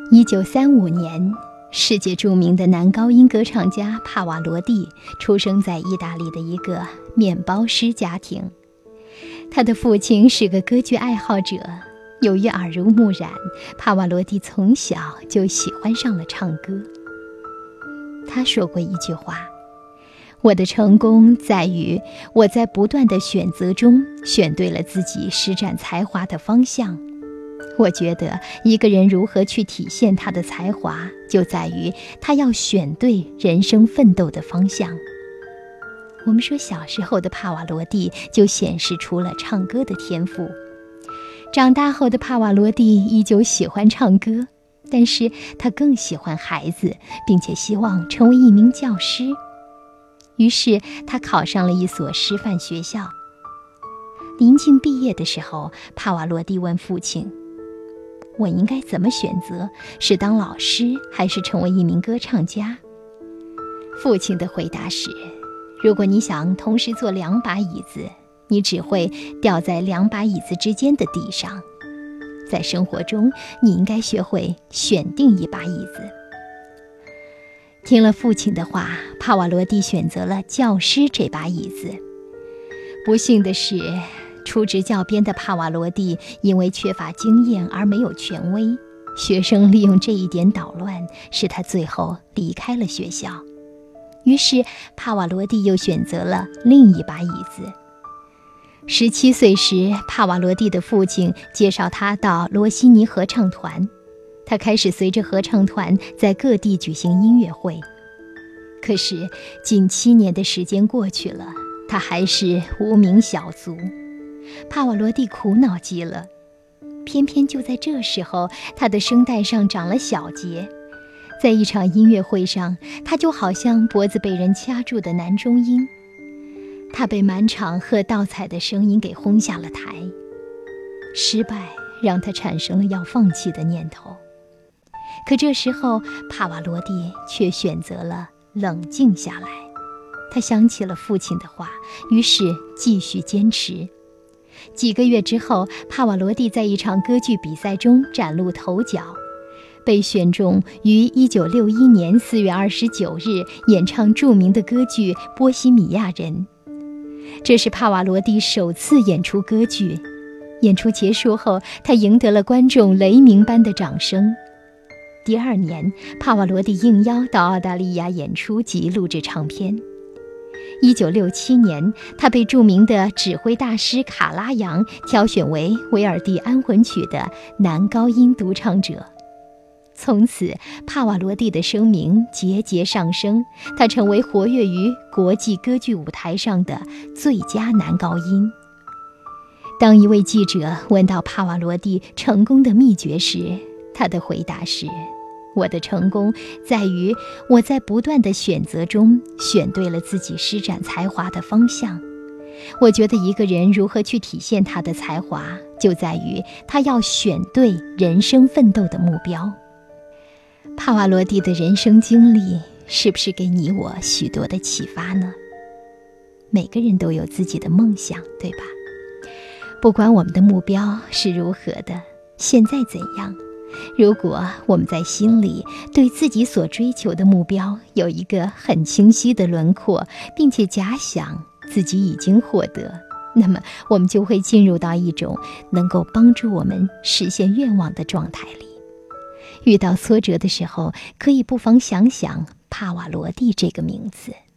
1935年，世界著名的男高音歌唱家帕瓦罗蒂出生在意大利的一个面包师家庭。他的父亲是个歌剧爱好者，由于耳濡目染，帕瓦罗蒂从小就喜欢上了唱歌。他说过一句话：我的成功在于我在不断的选择中选对了自己施展才华的方向。我觉得一个人如何去体现他的才华，就在于他要选对人生奋斗的方向。我们说小时候的帕瓦罗蒂就显示出了唱歌的天赋。长大后的帕瓦罗蒂依旧喜欢唱歌，但是他更喜欢孩子，并且希望成为一名教师。于是他考上了一所师范学校。临近毕业的时候，帕瓦罗蒂问父亲：我应该怎么选择？是当老师，还是成为一名歌唱家？父亲的回答是：如果你想同时坐2把椅子，你只会掉在2把椅子之间的地上。在生活中，你应该学会选定1把椅子。听了父亲的话，帕瓦罗蒂选择了教师这把椅子。不幸的是，初执教鞭的帕瓦罗蒂因为缺乏经验而没有权威，学生利用这一点捣乱，使他最后离开了学校。于是帕瓦罗蒂又选择了另1把椅子。17岁时，帕瓦罗蒂的父亲介绍他到罗西尼合唱团，他开始随着合唱团在各地举行音乐会。可是近7年的时间过去了，他还是无名小卒。帕瓦罗蒂苦恼极了，偏偏就在这时候，他的声带上长了小结。在一场音乐会上，他就好像脖子被人掐住的男中音，他被满场喝倒彩的声音给轰下了台。失败让他产生了要放弃的念头。可这时候，帕瓦罗蒂却选择了冷静下来。他想起了父亲的话，于是继续坚持。几个月之后，帕瓦罗蒂在一场歌剧比赛中崭露头角，被选中于1961年4月29日演唱著名的歌剧《波西米亚人》。这是帕瓦罗蒂首次演出歌剧。演出结束后，他赢得了观众雷鸣般的掌声。第2年，帕瓦罗蒂应邀到澳大利亚演出及录制唱片。1967年，他被著名的指挥大师卡拉扬挑选为维尔第安魂曲的男高音独唱者。从此，帕瓦罗蒂的声名节节上升，他成为活跃于国际歌剧舞台上的最佳男高音。当一位记者问到帕瓦罗蒂成功的秘诀时，他的回答是：我的成功在于我在不断的选择中选对了自己施展才华的方向。我觉得一个人如何去体现他的才华，就在于他要选对人生奋斗的目标。帕瓦罗蒂的人生经历是不是给你我许多的启发呢？每个人都有自己的梦想，对吧？不管我们的目标是如何的，现在怎样，如果我们在心里对自己所追求的目标有一个很清晰的轮廓，并且假想自己已经获得，那么我们就会进入到一种能够帮助我们实现愿望的状态里。遇到挫折的时候，可以不妨想想帕瓦罗蒂这个名字。